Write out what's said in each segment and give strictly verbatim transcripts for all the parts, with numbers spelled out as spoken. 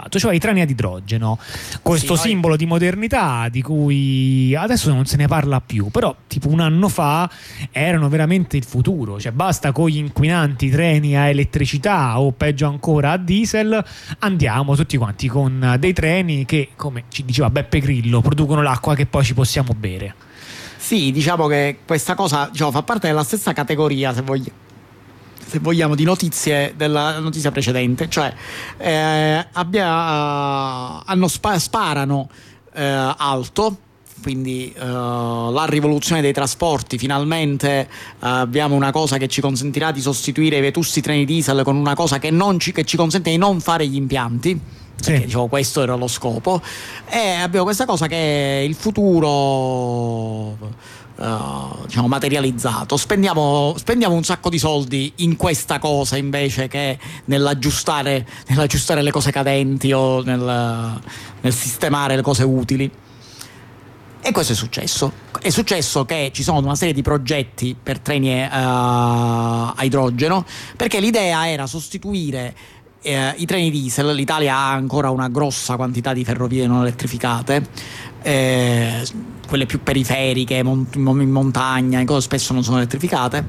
passato, cioè i treni ad idrogeno, questo sì, simbolo di modernità di cui adesso non se ne parla più, però tipo un anno fa erano veramente il futuro, cioè basta con gli inquinanti treni a elettricità o peggio ancora a diesel, andiamo tutti quanti con dei treni che, come ci diceva Beppe Grillo, producono l'acqua che poi ci possiamo bere. Sì, diciamo che questa cosa, diciamo, fa parte della stessa categoria, se vogliamo, se vogliamo, di notizie della notizia precedente, cioè eh, abbia, hanno spa- sparano eh, alto, quindi eh, la rivoluzione dei trasporti, finalmente eh, abbiamo una cosa che ci consentirà di sostituire i vetusti treni diesel con una cosa che, non ci, che ci consente di non fare gli impianti. Perché, sì, diciamo, questo era lo scopo, e abbiamo questa cosa che è il futuro uh, diciamo materializzato. Spendiamo, spendiamo un sacco di soldi in questa cosa invece che nell'aggiustare, nell'aggiustare le cose cadenti o nel, nel sistemare le cose utili. E questo è successo. È successo che ci sono una serie di progetti per treni uh, a idrogeno, perché l'idea era sostituire Eh, i treni diesel. L'Italia ha ancora una grossa quantità di ferrovie non elettrificate, eh, quelle più periferiche, mont- in montagna, in cose spesso non sono elettrificate,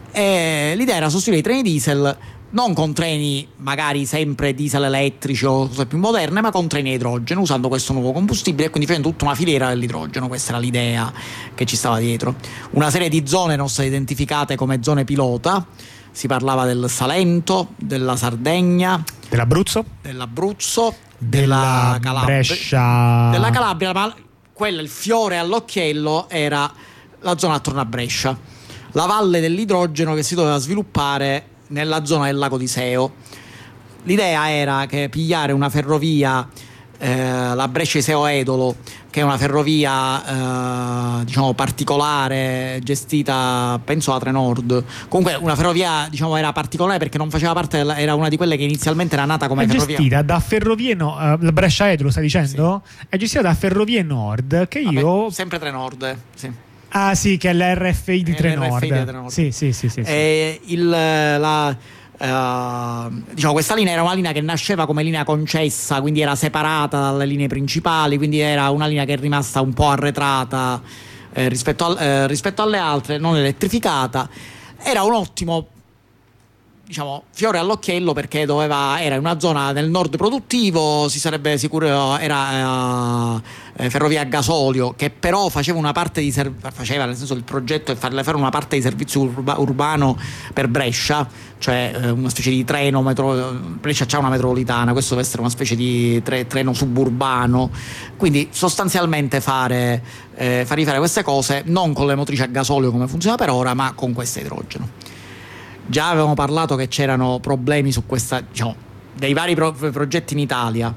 e l'idea era sostituire i treni diesel non con treni magari sempre diesel elettrici o cose più moderne, ma con treni a idrogeno, usando questo nuovo combustibile, e quindi facendo tutta una filiera dell'idrogeno. Questa era l'idea che ci stava dietro. Una serie di zone erano state identificate come zone pilota. Si parlava del Salento, della Sardegna, dell'Abruzzo, dell'Abruzzo, della, della Calabria, Brescia, della Calabria, ma quella, il fiore all'occhiello, era la zona attorno a Brescia, la valle dell'idrogeno che si doveva sviluppare nella zona del lago di Seo. L'idea era che pigliare una ferrovia, eh, la Brescia-Iseo-Edolo, che è una ferrovia eh, diciamo particolare, gestita penso da Trenord. Comunque una ferrovia, diciamo, era particolare perché non faceva parte della, era una di quelle che inizialmente era nata come è ferrovia gestita da Ferrovie no, uh, Brescia Edolo, stai dicendo? Sì. È gestita da Ferrovie Nord, che io Vabbè, sempre Trenord, sì. Ah sì, che è l'R F I di Trenord. L'R F I di Trenord. Sì, sì, sì, sì, sì. E il la Uh, diciamo, questa linea era una linea che nasceva come linea concessa, quindi era separata dalle linee principali, quindi era una linea che è rimasta un po' arretrata eh, rispetto, al, eh, rispetto alle altre, non elettrificata. Era un ottimo, diciamo, fiore all'occhiello, perché doveva, era in una zona del nord produttivo, si sarebbe sicuro, era uh, eh, ferrovia a gasolio, che però faceva una parte di serv- faceva nel senso, il progetto è farle fare una parte di servizio urba- urbano per Brescia, cioè eh, una specie di treno metro, Brescia c'ha una metropolitana, questo deve essere una specie di tre, treno suburbano, quindi sostanzialmente fare eh, far rifare queste cose non con le motrici a gasolio come funziona per ora, ma con questo idrogeno. Già avevamo parlato che c'erano problemi su questa, diciamo, dei vari pro- progetti in Italia.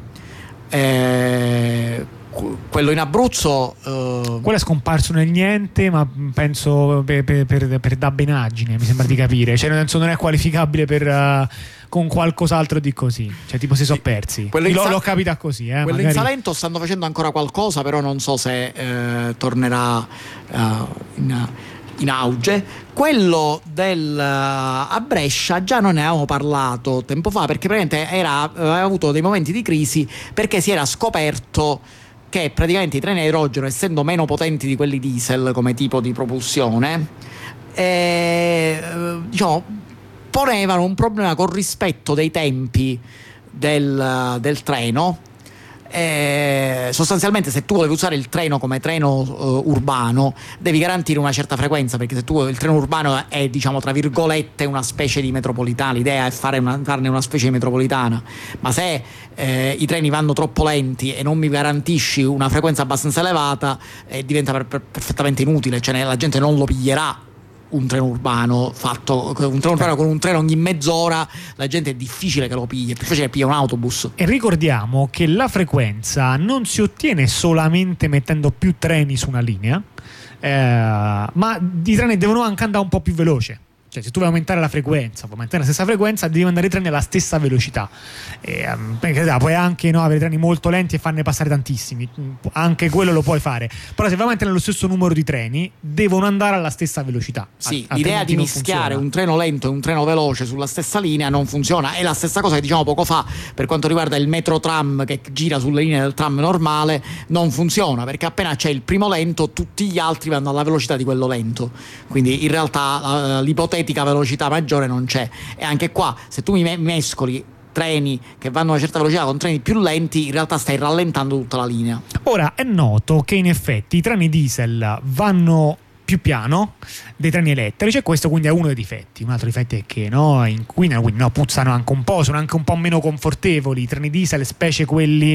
Eh, quello in Abruzzo eh... quello è scomparso nel niente, ma penso per, per, per, per dabbenaggine, mi sembra di capire, cioè nel senso non è qualificabile per uh, con qualcos'altro di così, cioè tipo si sono persi. L'ho, Sa- l'ho capita così, eh, quello magari. In Salento stanno facendo ancora qualcosa, però non so se eh, tornerà uh, in, in auge. Quello del uh, a Brescia già non ne avevamo parlato tempo fa, perché praticamente era, aveva avuto dei momenti di crisi, perché si era scoperto che praticamente i treni a idrogeno, essendo meno potenti di quelli diesel come tipo di propulsione, eh, diciamo, ponevano un problema col rispetto dei tempi del, del treno. Eh, sostanzialmente, se tu volevi usare il treno come treno uh, urbano, devi garantire una certa frequenza, perché se tu il treno urbano è, diciamo, tra virgolette, una specie di metropolitana, l'idea è fare una, farne una specie di metropolitana, ma se eh, i treni vanno troppo lenti e non mi garantisci una frequenza abbastanza elevata, eh, diventa per, per, perfettamente inutile, cioè la gente non lo piglierà. Un treno urbano fatto un treno urbano con un treno ogni mezz'ora, la gente è difficile che lo pigli, è più facile che piglia un autobus. E ricordiamo che la frequenza non si ottiene solamente mettendo più treni su una linea, eh, ma i treni devono anche andare un po' più veloce. Cioè, se tu vuoi aumentare la frequenza, vuoi mantenere la stessa frequenza, devi mandare i treni alla stessa velocità. E, um, perché da, puoi anche no, avere treni molto lenti e farne passare tantissimi, anche quello lo puoi fare. Però se vuoi mantenere lo stesso numero di treni, devono andare alla stessa velocità. Sì, a, l'idea di mischiare un treno lento e un treno veloce sulla stessa linea non funziona. È la stessa cosa che diciamo poco fa per quanto riguarda il metro tram che gira sulle linee del tram normale, non funziona, perché appena c'è il primo lento tutti gli altri vanno alla velocità di quello lento. Quindi in realtà l'ipotetica velocità maggiore non c'è. E anche qua, se tu mi mescoli treni che vanno a una certa velocità con treni più lenti, in realtà stai rallentando tutta la linea. Ora è noto che in effetti i treni diesel vanno più piano dei treni elettrici, e questo quindi è uno dei difetti. Un altro difetto è che no, inquinano, quindi no, puzzano anche un po', sono anche un po' meno confortevoli i treni diesel, specie quelli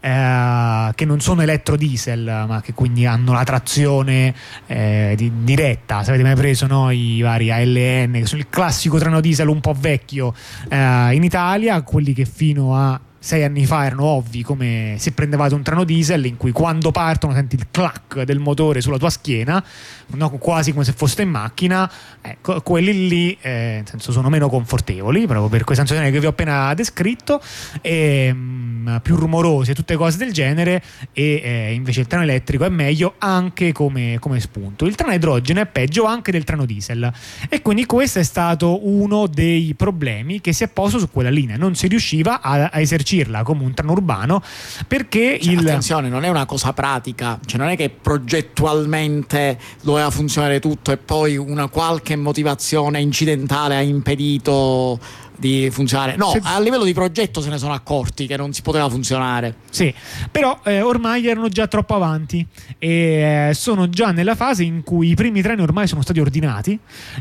eh, che non sono elektrodiesel, ma che quindi hanno la trazione eh, di, diretta. Se avete mai preso no, i vari A L N, che sono il classico treno diesel un po' vecchio eh, in Italia, quelli che fino a sei anni fa erano ovvi, come se prendevate un treno diesel in cui quando partono senti il clac del motore sulla tua schiena, no? Quasi come se foste in macchina. Ecco, quelli lì eh, nel senso sono meno confortevoli proprio per questa sensazione che vi ho appena descritto, e mh, più rumorosi e tutte cose del genere. E eh, invece il treno elettrico è meglio anche come, come spunto. Il treno a idrogeno è peggio anche del treno diesel, e quindi questo è stato uno dei problemi che si è posto su quella linea. Non si riusciva a, a esercitare come un treno urbano, perché cioè, il... attenzione, non è una cosa pratica, cioè non è che progettualmente doveva funzionare tutto e poi una qualche motivazione incidentale ha impedito di funzionare. No, se... a livello di progetto se ne sono accorti che non si poteva funzionare. Sì, però eh, ormai erano già troppo avanti e eh, sono già nella fase in cui i primi treni ormai sono stati ordinati.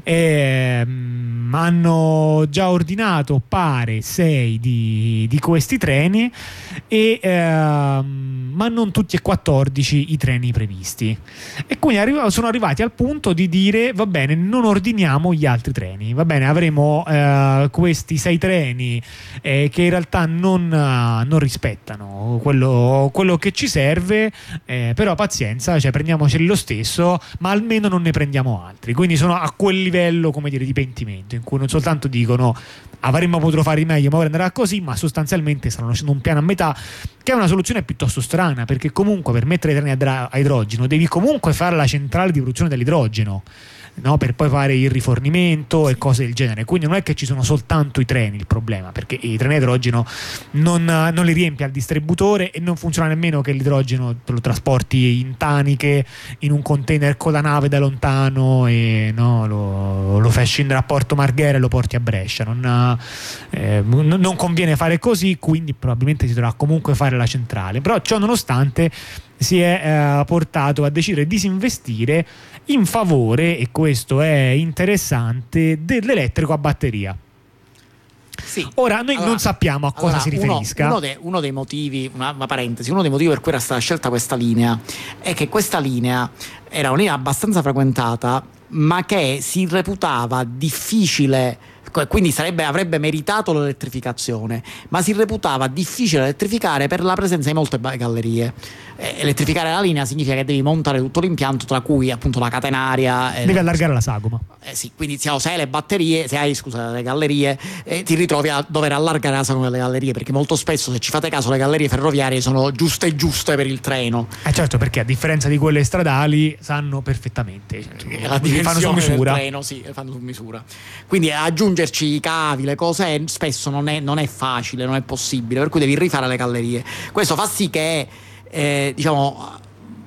E, mh, hanno già ordinato, pare, sei di, di questi treni, e, eh, ma non tutti e quattordici i treni previsti. E quindi arri- sono arrivati al punto di dire: va bene, non ordiniamo gli altri treni, va bene, avremo eh, questi sei treni eh, che in realtà non, non rispettano quello, quello che ci serve, eh, però pazienza, cioè prendiamoceli lo stesso, ma almeno non ne prendiamo altri. Quindi sono a quel livello, come dire, di pentimento, in cui non soltanto dicono avremmo potuto fare di meglio, ma ora andrà così, ma sostanzialmente stanno facendo un piano a metà, che è una soluzione piuttosto strana, perché comunque per mettere i treni a, dra- a idrogeno devi comunque fare la centrale di produzione dell'idrogeno, no? Per poi fare il rifornimento e cose del genere. Quindi non è che ci sono soltanto i treni il problema, perché i treni a idrogeno non, non li riempie al distributore, e non funziona nemmeno che l'idrogeno te lo trasporti in taniche in un container con la nave da lontano e no, lo, lo fai scendere a Porto Marghera e lo porti a Brescia. Non, eh, non conviene fare così, quindi probabilmente si dovrà comunque fare la centrale. Però ciò nonostante si è eh, portato a decidere di disinvestire in favore, e questo è interessante, dell'elettrico a batteria. Sì. Ora noi allora, non sappiamo a cosa allora, si riferisca. Uno, uno, de, uno dei motivi, una, una parentesi, uno dei motivi per cui era stata scelta questa linea è che questa linea era una linea abbastanza frequentata, ma che si reputava difficile, quindi sarebbe, avrebbe meritato l'elettrificazione, ma si reputava difficile elettrificare per la presenza di molte gallerie. Eh, elettrificare la linea significa che devi montare tutto l'impianto, tra cui appunto la catenaria. Devi eh, allargare la sagoma. Eh sì, quindi se hai le batterie, se hai scusa le gallerie, eh, ti ritrovi a dover allargare la sagoma delle gallerie, perché molto spesso, se ci fate caso, le gallerie ferroviarie sono giuste giuste per il treno. Eh certo, perché a differenza di quelle stradali sanno perfettamente, cioè, la dimensione fanno su misura. Del treno, sì, fanno su misura. Quindi aggiungerci i cavi, le cose, eh, spesso non è, non è facile, non è possibile, per cui devi rifare le gallerie. Questo fa sì che eh, diciamo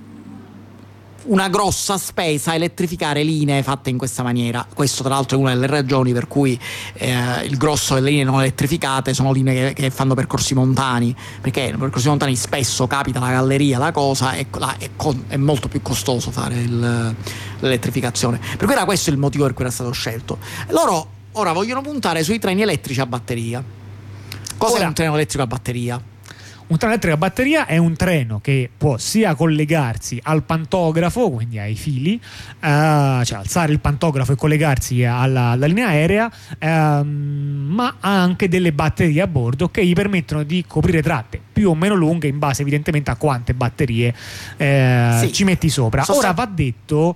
una grossa spesa elettrificare linee fatte in questa maniera. Questo tra l'altro è una delle ragioni per cui eh, il grosso delle linee non elettrificate sono linee che, che fanno percorsi montani, perché nei percorsi montani spesso capita la galleria, la cosa, e là è, con, è molto più costoso fare il, l'elettrificazione. Per cui era questo il motivo per cui era stato scelto. Loro ora vogliono puntare sui treni elettrici a batteria. Cos'è ora, un treno elettrico a batteria? Un treno elettrico a batteria è un treno che può sia collegarsi al pantografo, quindi ai fili, eh, cioè alzare il pantografo e collegarsi alla, alla linea aerea, ehm, ma ha anche delle batterie a bordo che gli permettono di coprire tratte più più o meno lunghe in base evidentemente a quante batterie eh, Sì. ci metti sopra. Sost- Ora va detto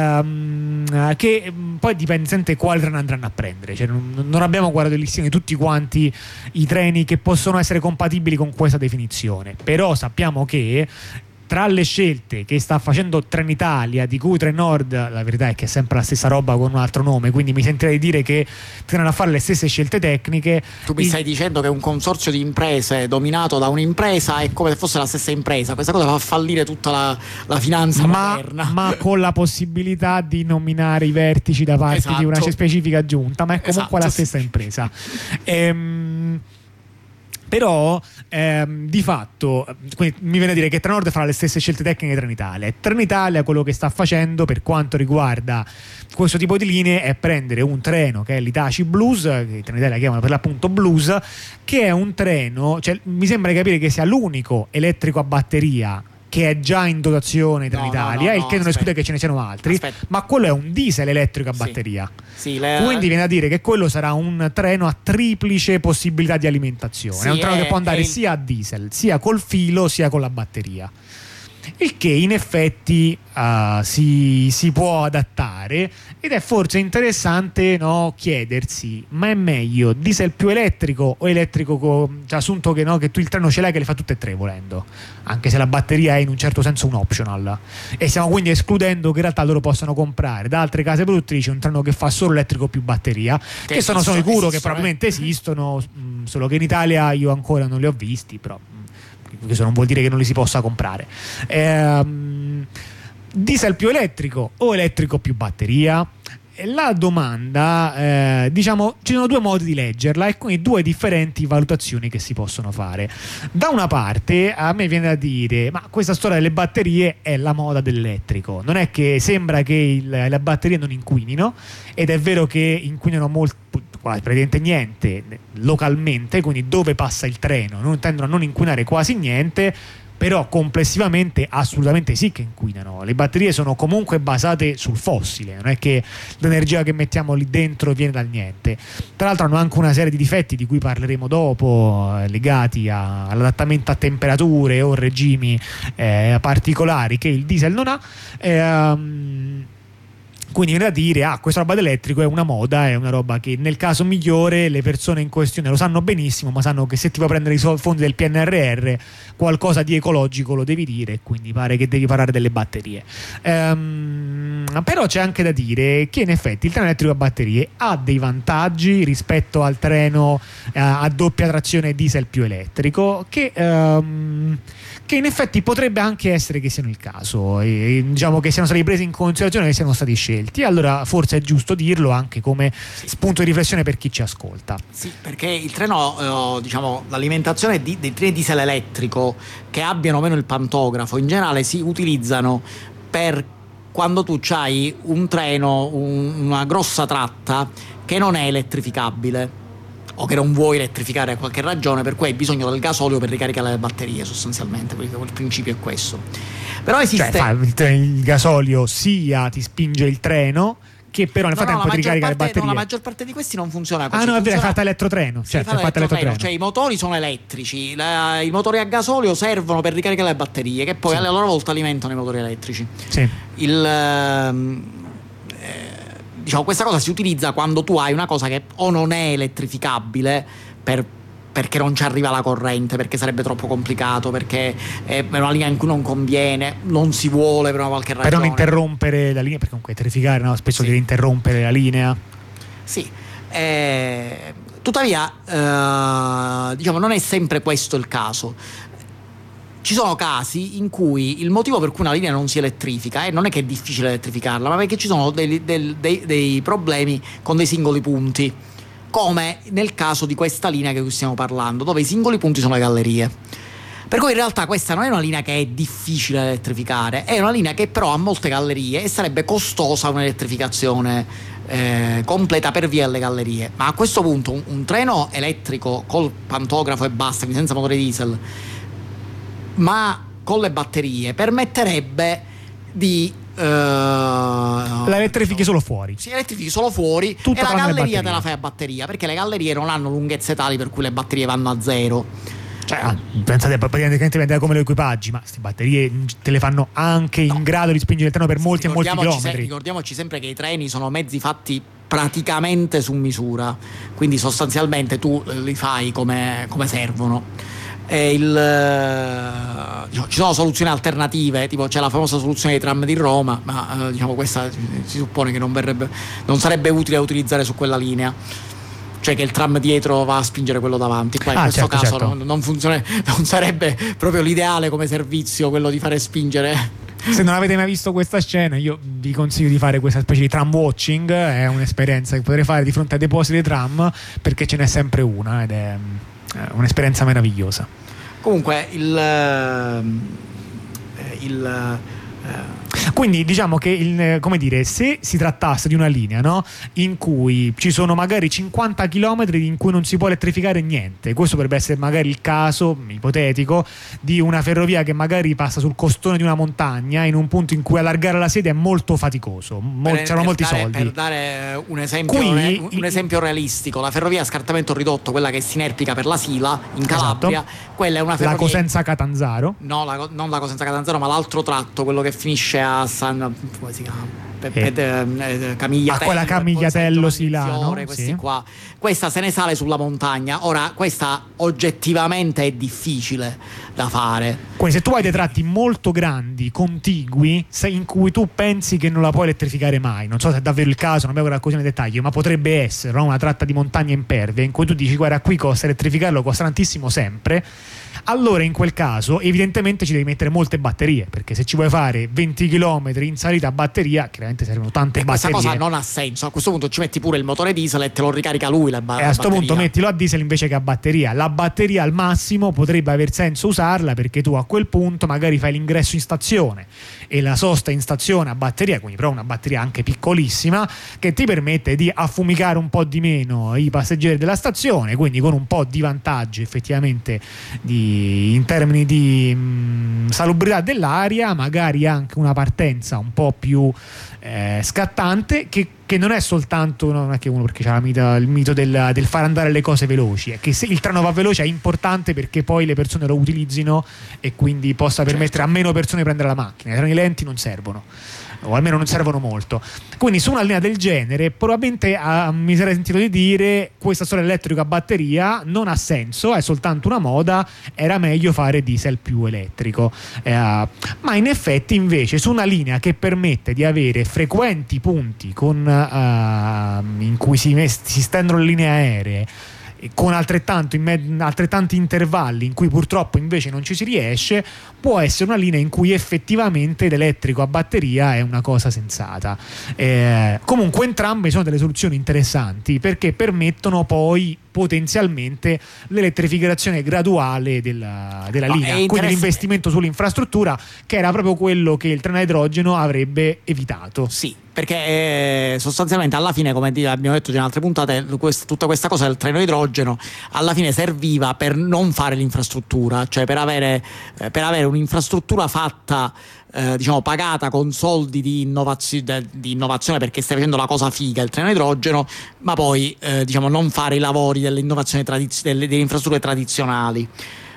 ehm, che mh, poi dipende sempre quali treni andranno a prendere, cioè, non, non abbiamo guardato il listino di tutti quanti i treni che possono essere compatibili con questa definizione, però sappiamo che tra le scelte che sta facendo Trenitalia, di cui Trenord la verità è che è sempre la stessa roba con un altro nome, quindi mi sentirei dire che tengono a fare le stesse scelte tecniche. Tu mi il... stai dicendo che un consorzio di imprese dominato da un'impresa è come se fosse la stessa impresa. Questa cosa fa fallire tutta la, la finanza ma, moderna. ma con la possibilità di nominare i vertici da parte Esatto. di una specifica giunta, ma è comunque Esatto, la stessa sì. impresa. Ehm, però ehm, di fatto quindi mi viene a dire che Trenord farà le stesse scelte tecniche di Trenitalia, e Trenitalia quello che sta facendo per quanto riguarda questo tipo di linee è prendere un treno che è l'Hitachi Blues, che Trenitalia chiamano per l'appunto Blues, che è un treno, cioè, mi sembra di capire che sia l'unico elettrico a batteria che è già in dotazione Trenitalia, no, no, il che non aspetta. esclude che ce ne siano altri. Aspetta. Ma quello è un diesel elettrico a Sì. batteria. Sì, le- Quindi viene a dire che quello sarà un treno a triplice possibilità di alimentazione. Sì, è un treno è- che può andare è il- sia a diesel, sia col filo, sia con la batteria. Il che in effetti uh, si, si può adattare, ed è forse interessante, no, chiedersi: ma è meglio diesel più elettrico o elettrico con, cioè, assunto che, no, che tu il treno ce l'hai che le fa tutte e tre volendo, anche se la batteria è in un certo senso un optional, e stiamo quindi escludendo che in realtà loro possano comprare da altre case produttrici un treno che fa solo elettrico più batteria, che, Che sono, sono esistono, sicuro che esistono, probabilmente eh. esistono, mh, solo che in Italia io ancora non li ho visti, però questo non vuol dire che non li si possa comprare. Ehm, diesel più elettrico o elettrico più batteria? La domanda, eh, diciamo, ci sono due modi di leggerla e quindi due differenti valutazioni che si possono fare. Da una parte a me viene da dire: ma questa storia delle batterie è la moda dell'elettrico, non è che sembra che il, le batterie non inquinino, ed è vero che inquinano molto, praticamente niente localmente, quindi dove passa il treno non tendono a non inquinare quasi niente, però complessivamente assolutamente sì che inquinano. Le batterie sono comunque basate sul fossile, non è che l'energia che mettiamo lì dentro viene dal niente. Tra l'altro hanno anche una serie di difetti di cui parleremo dopo, eh, legati a, all'adattamento a temperature o regimi eh, particolari che il diesel non ha. ehm, Quindi viene da dire: ah, questa roba d'elettrico è una moda, è una roba che nel caso migliore le persone in questione lo sanno benissimo, ma sanno che se ti vuoi prendere i so- fondi del P N R R qualcosa di ecologico lo devi dire, quindi pare che devi parlare delle batterie. Ehm, però c'è anche da dire che in effetti il treno elettrico a batterie ha dei vantaggi rispetto al treno eh, a doppia trazione diesel più elettrico, che ehm, che in effetti potrebbe anche essere che siano il caso, e, diciamo che siano stati presi in considerazione, che siano stati scelti. Allora forse è giusto dirlo anche come spunto di riflessione per chi ci ascolta. Sì, perché il treno, eh, diciamo, l'alimentazione di, dei treni diesel elettrico che abbiano meno il pantografo in generale si utilizzano per quando tu hai un treno, un, una grossa tratta che non è elettrificabile o che non vuoi elettrificare a qualche ragione, per cui hai bisogno del gasolio per ricaricare le batterie, sostanzialmente, perché il principio è questo. Però esiste, Cioè fa, il, il gasolio sia ti spinge il treno, che però nel no, no, frattempo la ti ricarica maggior le parte, batterie. no, la maggior parte di questi non funziona così. Ah no, è vero, è funziona- fatta elettrotreno, si certo, fa è fatta l'elettrotreno, elettrotreno. cioè i motori sono elettrici, la- i motori a gasolio servono per ricaricare le batterie, che poi Sì. a loro volta alimentano i motori elettrici. Sì. Il, ehm, eh, diciamo, questa cosa si utilizza quando tu hai una cosa che o non è elettrificabile per, perché non ci arriva la corrente, perché sarebbe troppo complicato, perché è una linea in cui non conviene, non si vuole per una qualche ragione. Per non interrompere la linea, perché comunque elettrificare, no? Spesso Sì. deve interrompere la linea. Sì, eh, tuttavia, eh, diciamo, non è sempre questo il caso. Ci sono casi in cui il motivo per cui una linea non si elettrifica e eh, non è che è difficile elettrificarla, ma perché ci sono dei, dei, dei, dei problemi con dei singoli punti, come nel caso di questa linea che stiamo parlando, dove i singoli punti sono le gallerie. Per cui in realtà questa non è una linea che è difficile da elettrificare, è una linea che però ha molte gallerie e sarebbe costosa un'elettrificazione eh, completa per via delle gallerie. Ma a questo punto un, un treno elettrico col pantografo e basta, quindi senza motore diesel, ma con le batterie, permetterebbe di uh, La elettrifichi solo fuori. si elettrifichi solo fuori Tutta e la tranne le galleria te batterie. la fai a batteria, perché le gallerie non hanno lunghezze tali per cui le batterie vanno a zero. Cioè, pensate, praticamente dipende da come lo equipaggi, ma queste batterie te le fanno anche in no. grado di spingere il treno per molti e molti chilometri. Se, ricordiamoci sempre che i treni sono mezzi fatti praticamente su misura, quindi sostanzialmente tu li fai come, come servono. E il, diciamo, ci sono soluzioni alternative, tipo c'è la famosa soluzione dei tram di Roma, ma diciamo questa si suppone che non, verrebbe, non sarebbe utile utilizzare su quella linea, cioè che il tram dietro va a spingere quello davanti. Qua in ah, questo certo, caso certo. non, non, funziona, non sarebbe proprio l'ideale come servizio quello di fare spingere. Se non avete mai visto questa scena, io vi consiglio di fare questa specie di tram watching, è un'esperienza che potrete fare di fronte ai depositi dei tram, perché ce n'è sempre una ed è un'esperienza meravigliosa. Comunque il, il quindi diciamo che il, come dire, se si trattasse di una linea, no, in cui ci sono magari cinquanta chilometri in cui non si può elettrificare niente, questo potrebbe essere magari il caso ipotetico di una ferrovia che magari passa sul costone di una montagna in un punto in cui allargare la sede è molto faticoso, Mol, c'erano molti dare, soldi. Per dare un esempio, Qui, un, un esempio realistico, la ferrovia a scartamento ridotto, quella che si inerpica per la Sila in Calabria, esatto. Quella è una ferrovia, la Cosenza-Catanzaro, no, la, non la Cosenza-Catanzaro ma l'altro tratto, quello che finisce a San, come si chiama? Pe, pe, eh, Camigliatello, ah, quella Camigliatello Silano, questi sì. qua. Questa se ne sale sulla montagna. Ora questa oggettivamente è difficile da fare. Quindi se tu hai dei tratti molto grandi, contigui, in cui tu pensi che non la puoi elettrificare mai, non so se è davvero il caso, non avevo così nei dettagli, ma potrebbe essere, no? Una tratta di montagna impervia in cui tu dici guarda qui costa elettrificarlo, costa tantissimo sempre. Allora in quel caso evidentemente ci devi mettere molte batterie, perché se ci vuoi fare venti chilometri in salita a batteria chiaramente servono tante e batterie. Questa cosa non ha senso, a questo punto ci metti pure il motore diesel e te lo ricarica lui la, ba- e a questo punto mettilo a diesel invece che a batteria. La batteria al massimo potrebbe aver senso usarla, perché tu a quel punto magari fai l'ingresso in stazione e la sosta in stazione a batteria, quindi però una batteria anche piccolissima che ti permette di affumicare un po' di meno i passeggeri della stazione, quindi con un po' di vantaggi effettivamente di in termini di mh, salubrità dell'aria, magari anche una partenza un po' più eh, scattante, che, che non è soltanto, no, non è che uno perché c'è la mita, il mito del, del far andare le cose veloci, è che se il treno va veloce è importante perché poi le persone lo utilizzino e quindi possa permettere certo. a meno persone di prendere la macchina. I treni lenti non servono, o almeno non servono molto. Quindi su una linea del genere probabilmente ah, mi sarei sentito di dire questa storia elettrica a batteria non ha senso, è soltanto una moda, era meglio fare diesel più elettrico. Eh, ma in effetti invece su una linea che permette di avere frequenti punti con, uh, in cui si, si stendono le linee aeree con altrettanto in med- altrettanti intervalli in cui purtroppo invece non ci si riesce, può essere una linea in cui effettivamente l'elettrico a batteria è una cosa sensata. Eh, comunque entrambe sono delle soluzioni interessanti perché permettono poi potenzialmente l'elettrificazione graduale della, della no, linea, quindi l'investimento sull'infrastruttura, che era proprio quello che il treno a idrogeno avrebbe evitato. Sì, perché eh, sostanzialmente alla fine, come abbiamo detto già in altre puntate, quest- tutta questa cosa del treno a idrogeno alla fine serviva per non fare l'infrastruttura, cioè per avere, eh, per avere un'infrastruttura fatta, eh, diciamo pagata con soldi di, innovazio- di innovazione, perché stai facendo la cosa figa, il treno a idrogeno, ma poi eh, diciamo non fare i lavori delle innovazioni tradiz- delle, delle infrastrutture tradizionali.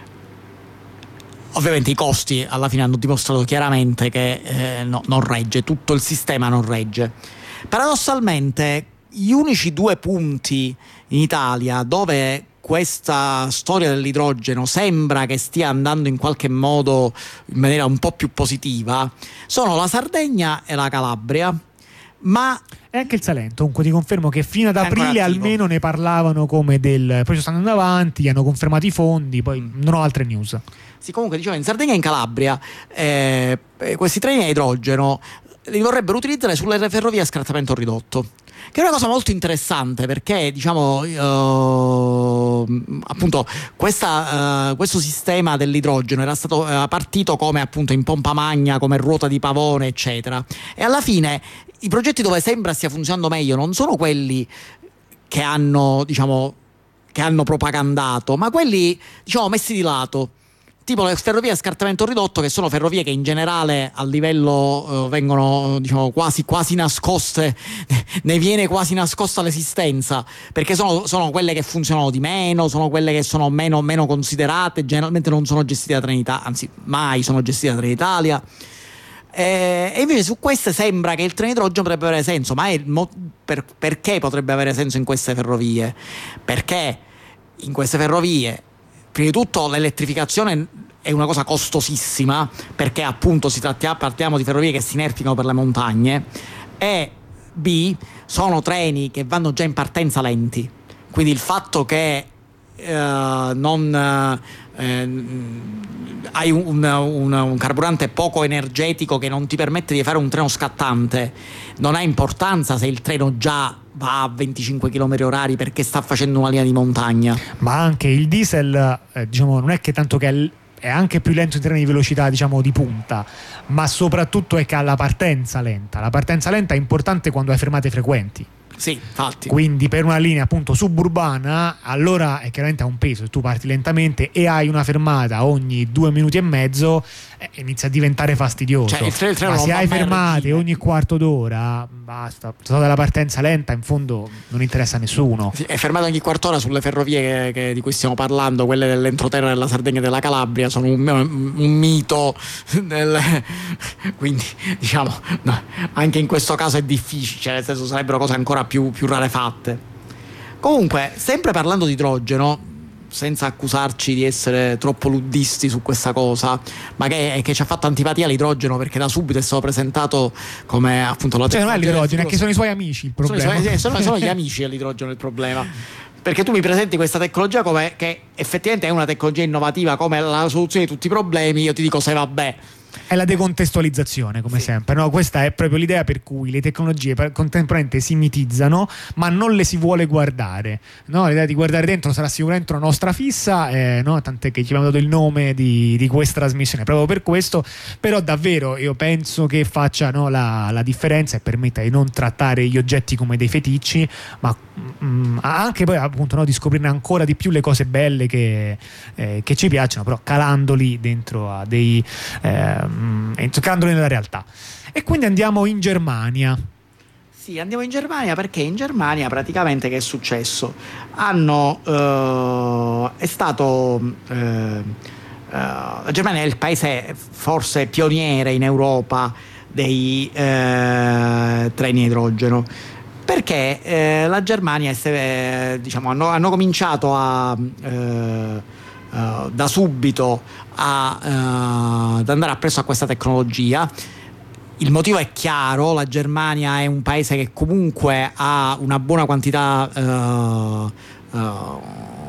Ovviamente i costi alla fine hanno dimostrato chiaramente che eh, no, non regge, tutto il sistema non regge. Paradossalmente gli unici due punti in Italia dove questa storia dell'idrogeno sembra che stia andando in qualche modo in maniera un po' più positiva sono la Sardegna e la Calabria, ma e anche il Salento. Comunque ti confermo che fino ad aprile almeno ne parlavano come del, poi ci stanno andando avanti, hanno confermato i fondi, poi mm. non ho altre news. Sì, comunque dicevo, in Sardegna e in Calabria eh, questi treni a idrogeno li vorrebbero utilizzare sulle ferrovie a scartamento ridotto, che è una cosa molto interessante perché diciamo uh, appunto questa, uh, questo sistema dell'idrogeno era stato uh, partito come appunto in pompa magna, come ruota di pavone eccetera, e alla fine i progetti dove sembra stia funzionando meglio non sono quelli che hanno diciamo che hanno propagandato, ma quelli diciamo messi di lato, tipo le ferrovie a scartamento ridotto, che sono ferrovie che in generale a livello eh, vengono diciamo quasi, quasi nascoste, ne viene quasi nascosta l'esistenza, perché sono, sono quelle che funzionano di meno, sono quelle che sono meno, meno considerate, generalmente non sono gestite da Trenitalia, anzi mai sono gestite da Trenitalia. E invece su queste sembra che il treno idrogeno potrebbe avere senso, ma è il mo- per, perché potrebbe avere senso in queste ferrovie? Perché in queste ferrovie, prima di tutto, l'elettrificazione è una cosa costosissima, perché appunto si trattia, partiamo di ferrovie che si inerpicano per le montagne, e B, sono treni che vanno già in partenza lenti, quindi il fatto che eh, non eh, hai un, un, un carburante poco energetico che non ti permette di fare un treno scattante non ha importanza se il treno già va a venticinque chilometri orari perché sta facendo una linea di montagna. Ma anche il diesel eh, diciamo non è che tanto che è, l- è anche più lento in termini di velocità, diciamo di punta, ma soprattutto è che ha la partenza lenta. La partenza lenta è importante quando hai fermate frequenti. Sì, infatti. Quindi per una linea appunto suburbana, allora è chiaramente ha un peso. Se tu parti lentamente e hai una fermata ogni due minuti e mezzo, eh, inizia a diventare fastidioso. Cioè, il treno, il treno ma non se va hai mai a fermate regime. ogni quarto d'ora, basta. Tutta la partenza lenta in fondo non interessa a nessuno. Sì, è fermato ogni quarto d'ora sulle ferrovie che, che, di cui stiamo parlando, quelle dell'entroterra della Sardegna e della Calabria, sono un, un mito del, quindi diciamo no, anche in questo caso è difficile, cioè nel senso sarebbero cose ancora più, più rarefatte. Comunque, sempre parlando di idrogeno, senza accusarci di essere troppo luddisti su questa cosa, ma che, che ci ha fatto antipatia l'idrogeno, perché da subito è stato presentato come appunto la Cioè non è tecnologia del l'idrogeno, è futuro. che sono i suoi amici il Sono, i problema. suoi- sono, sono gli amici dell'idrogeno il problema, perché tu mi presenti questa tecnologia come che effettivamente è una tecnologia innovativa, come la soluzione di tutti i problemi, io ti dico se vabbè. È la decontestualizzazione, come Sì. sempre, no? Questa è proprio l'idea per cui le tecnologie per- contemporaneamente si mitizzano, ma non le si vuole guardare, no? L'idea di guardare dentro sarà sicuramente una nostra fissa, eh, no? Tant'è che ci abbiamo dato il nome di, di questa trasmissione proprio per questo. Però davvero io penso che faccia, no, la, la differenza e permetta di non trattare gli oggetti come dei feticci, ma mm, anche poi appunto, no, di scoprirne ancora di più le cose belle che, eh, che ci piacciono, però calandoli dentro a dei eh, calandoli nella realtà. E quindi andiamo in Germania. Sì, andiamo in Germania perché in Germania praticamente che è successo? Hanno eh, è stato eh, eh, la Germania è il paese forse pioniere in Europa dei eh, treni a idrogeno, perché eh, la Germania eh, diciamo, hanno, hanno cominciato a eh, Uh, da subito a, uh, ad andare appresso a questa tecnologia. Il motivo è chiaro: la Germania è un paese che comunque ha una buona quantità uh, uh,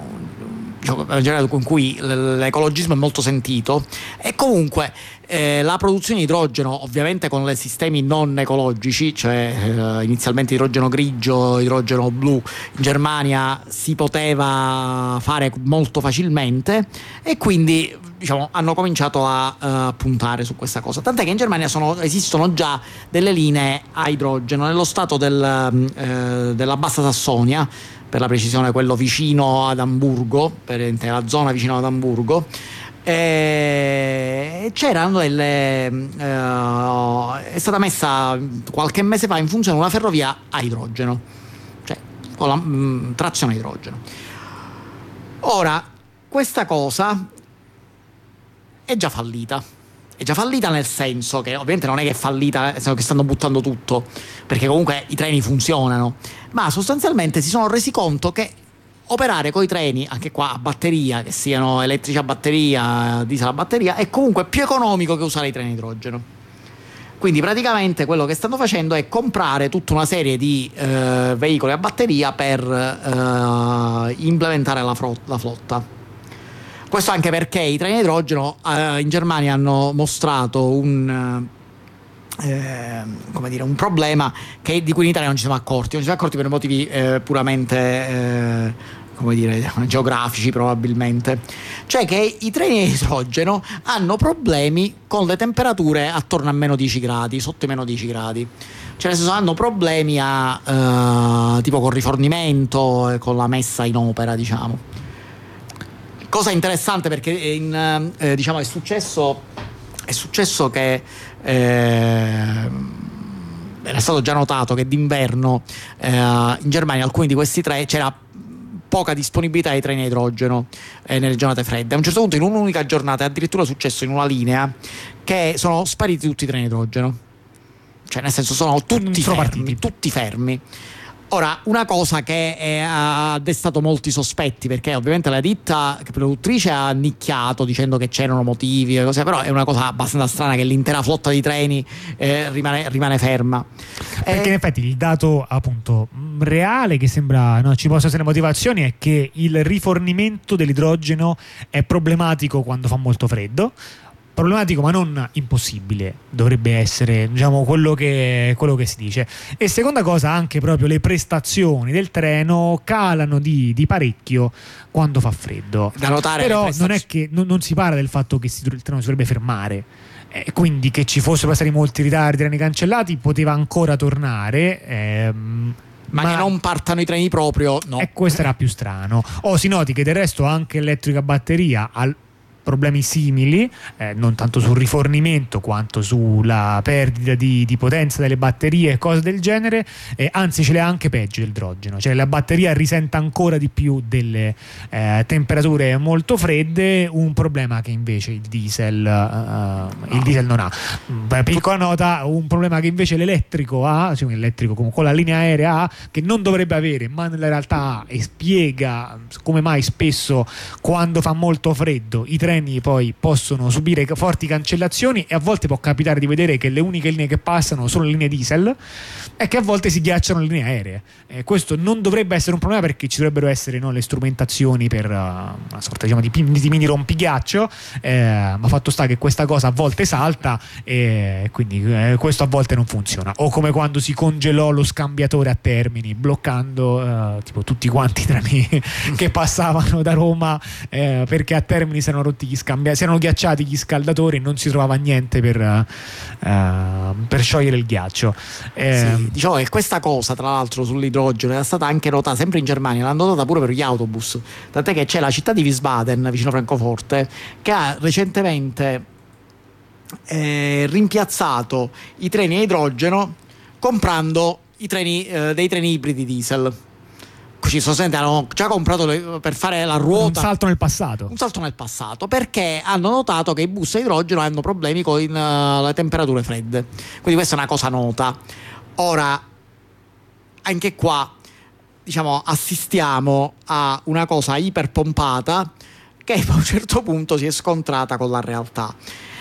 diciamo, con cui l'ecologismo è molto sentito, e comunque eh, la produzione di idrogeno, ovviamente con i sistemi non ecologici, cioè eh, inizialmente idrogeno grigio, idrogeno blu, in Germania si poteva fare molto facilmente, e quindi diciamo hanno cominciato a uh, puntare su questa cosa, tant'è che in Germania sono, esistono già delle linee a idrogeno nello stato del, uh, della Bassa Sassonia, per la precisione quello vicino ad Amburgo, per la zona vicino ad Amburgo. E c'erano delle uh, è stata messa qualche mese fa in funzione una ferrovia a idrogeno, cioè con la mh, trazione a idrogeno. Ora, questa cosa è già fallita. È già fallita nel senso che ovviamente non è che è fallita, nel senso che stanno buttando tutto, perché comunque i treni funzionano, ma sostanzialmente si sono resi conto che operare coi treni, anche qua a batteria, che siano elettrici a batteria, diesel a batteria, è comunque più economico che usare i treni a idrogeno. Quindi praticamente quello che stanno facendo è comprare tutta una serie di eh, veicoli a batteria per eh, implementare la, frot- la flotta. Questo anche perché i treni a idrogeno eh, in Germania hanno mostrato un, eh, come dire, un problema che, di cui in Italia non ci siamo accorti. Non ci siamo accorti per motivi eh, puramente eh, come dire, geografici probabilmente. Cioè che i treni a idrogeno hanno problemi con le temperature attorno a meno dieci gradi, sotto i meno dieci gradi. Cioè nel senso hanno problemi a eh, tipo con rifornimento e con la messa in opera, diciamo. cosa interessante, perché in, eh, diciamo è successo è successo che eh, era stato già notato che d'inverno eh, in Germania alcuni di questi tre c'era poca disponibilità di treni a idrogeno eh, nelle giornate fredde. A un certo punto, in un'unica giornata, è addirittura successo in una linea che sono spariti tutti i treni a idrogeno, cioè nel senso sono tutti sono fermi, partiti. tutti fermi. Ora, una cosa che è, ha destato molti sospetti, perché ovviamente la ditta produttrice ha nicchiato dicendo che c'erano motivi e cose, però è una cosa abbastanza strana che l'intera flotta di treni eh, rimane, rimane ferma. Perché Eh, in effetti il dato appunto reale che sembra no, ci possa essere motivazioni è che il rifornimento dell'idrogeno è problematico quando fa molto freddo. Problematico ma non impossibile dovrebbe essere, diciamo, quello che, quello che si dice. E seconda cosa, anche proprio le prestazioni del treno calano di, di parecchio quando fa freddo. da notare Però le non è che non, non si parla del fatto che si, il treno si dovrebbe fermare, eh, quindi che ci fossero stati molti ritardi, treni cancellati, poteva ancora tornare, ehm, ma, ma che non partano i treni proprio, no. E questo era più strano. O si noti che del resto anche elettrica a batteria al problemi simili, eh, non tanto sul rifornimento quanto sulla perdita di, di potenza delle batterie e cose del genere, eh, anzi ce l'ha anche peggio l'idrogeno, cioè la batteria risente ancora di più delle eh, temperature molto fredde, un problema che invece il diesel, uh, il diesel non ha. Beh, piccola nota, un problema che invece l'elettrico ha, cioè l'elettrico con la linea aerea ha, che non dovrebbe avere, ma nella realtà ha, e spiega come mai spesso quando fa molto freddo i treni poi possono subire forti cancellazioni, e a volte può capitare di vedere che le uniche linee che passano sono le linee diesel e che a volte si ghiacciano le linee aeree. Eh, questo non dovrebbe essere un problema, perché ci dovrebbero essere no, le strumentazioni per uh, una sorta diciamo, di, di mini rompighiaccio, eh, ma fatto sta che questa cosa a volte salta e quindi eh, questo a volte non funziona. O come quando si congelò lo scambiatore a Termini, bloccando uh, tipo tutti quanti i treni che passavano da Roma, eh, perché a Termini si erano rotti gli scambia- si erano ghiacciati gli scaldatori e non si trovava niente per, uh, per sciogliere il ghiaccio. Eh, Sì, diciamo che questa cosa, tra l'altro, sull'idrogeno era stata anche notata sempre in Germania, l'hanno notata pure per gli autobus, tant'è che c'è la città di Wiesbaden vicino Francoforte che ha recentemente eh, rimpiazzato i treni a idrogeno comprando i treni, eh, dei treni ibridi diesel. Così sostanzialmente hanno già comprato le, per fare la ruota, un salto nel passato un salto nel passato, perché hanno notato che i bus a idrogeno hanno problemi con uh, le temperature fredde. Quindi questa è una cosa nota. Ora, anche qua, diciamo, assistiamo a una cosa iperpompata che a un certo punto si è scontrata con la realtà.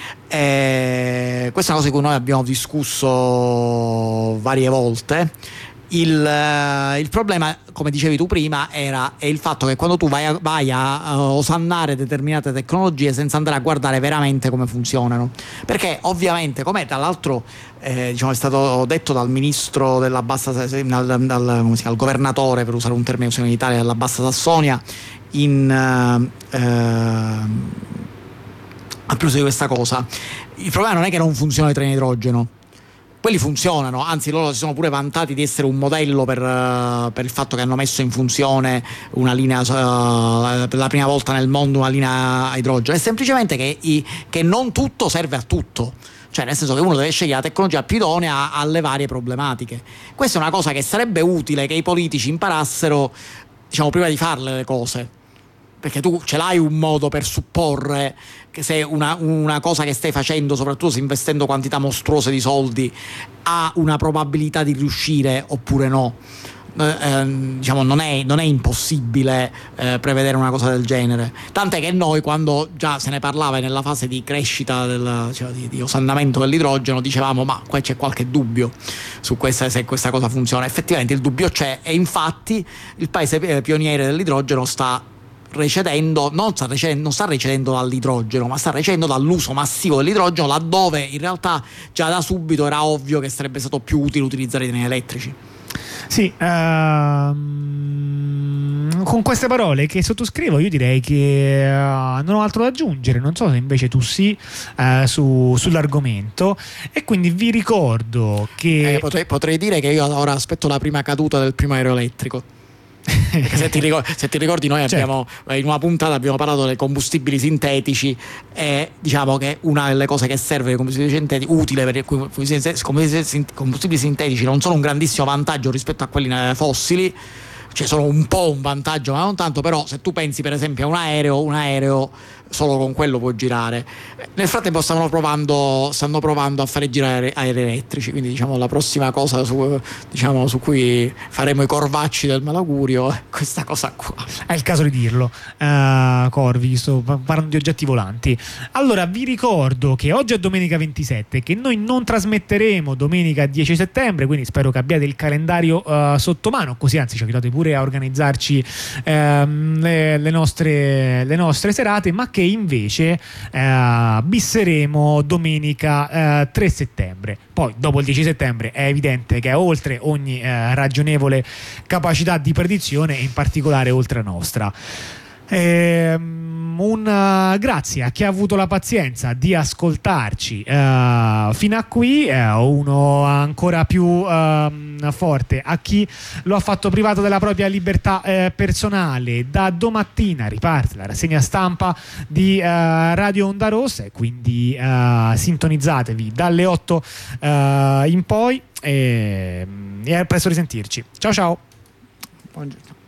Eh, questa è una cosa di cui noi abbiamo discusso varie volte. Il, uh, il problema, come dicevi tu prima, era è il fatto che quando tu vai a, vai a uh, osannare determinate tecnologie senza andare a guardare veramente come funzionano, perché ovviamente, come tra l'altro eh, diciamo, è stato detto dal ministro della Bassa dal, dal, come si chiama, il governatore, per usare un termine usato in Italia, della Bassa Sassonia, in uh, uh, a proposito di questa cosa, il problema non è che non funzionano i treni a idrogeno. Quelli funzionano, anzi loro si sono pure vantati di essere un modello per, uh, per il fatto che hanno messo in funzione una linea, uh, per la prima volta nel mondo una linea a idrogeno. È semplicemente che, i, che non tutto serve a tutto, cioè nel senso che uno deve scegliere la tecnologia più idonea alle varie problematiche. Questa è una cosa che sarebbe utile che i politici imparassero, diciamo, prima di farle le cose, perché tu ce l'hai un modo per supporre che se una, una cosa che stai facendo, soprattutto se investendo quantità mostruose di soldi, ha una probabilità di riuscire oppure no. Eh, eh, diciamo non è, non è impossibile eh, prevedere una cosa del genere, tant'è che noi, quando già se ne parlava nella fase di crescita del, cioè, di, di osannamento dell'idrogeno, dicevamo ma qua c'è qualche dubbio su questa, se questa cosa funziona. Effettivamente il dubbio c'è, e infatti il paese pioniere dell'idrogeno sta recedendo, non sta recedendo, non sta recedendo dall'idrogeno, ma sta recedendo dall'uso massivo dell'idrogeno, laddove in realtà già da subito era ovvio che sarebbe stato più utile utilizzare i treni elettrici. Sì, ehm, con queste parole che sottoscrivo io direi che uh, non ho altro da aggiungere, non so se invece tu sì, uh, su, sull'argomento, e quindi vi ricordo che eh, potrei, potrei dire che io ora aspetto la prima caduta del primo aereo elettrico. Perché se ti, ricordi, se ti ricordi noi certo. abbiamo in una puntata abbiamo parlato dei combustibili sintetici e diciamo che una delle cose che serve dei combustibili sintetici utile per i combustibili sintetici non sono un grandissimo vantaggio rispetto a quelli fossili, cioè sono un po' un vantaggio ma non tanto, però se tu pensi per esempio a un aereo un aereo solo con quello può girare. Nel frattempo stanno provando stanno provando a fare girare aerei elettrici, quindi diciamo la prossima cosa su, diciamo, su cui faremo i corvacci del malaugurio è questa cosa qua. È il caso di dirlo. uh, Corvi, sto parlando di oggetti volanti. Allora vi ricordo che oggi è domenica ventisette, che noi non trasmetteremo domenica dieci settembre, quindi spero che abbiate il calendario uh, sotto mano, così anzi ci aiutate pure a organizzarci um, le, le, nostre, le nostre serate, ma che invece eh, bisseremo domenica eh, tre settembre. Poi dopo il dieci settembre è evidente che è oltre ogni eh, ragionevole capacità di predizione e in particolare oltre nostra. Ehm, un uh, grazie a chi ha avuto la pazienza di ascoltarci uh, fino a qui, eh, uno ancora più uh, forte a chi lo ha fatto privato della propria libertà eh, personale. Da domattina riparte la rassegna stampa di uh, Radio Onda Rossa e quindi uh, sintonizzatevi dalle otto uh, in poi e, e a presto risentirci. Ciao ciao. Buongiorno.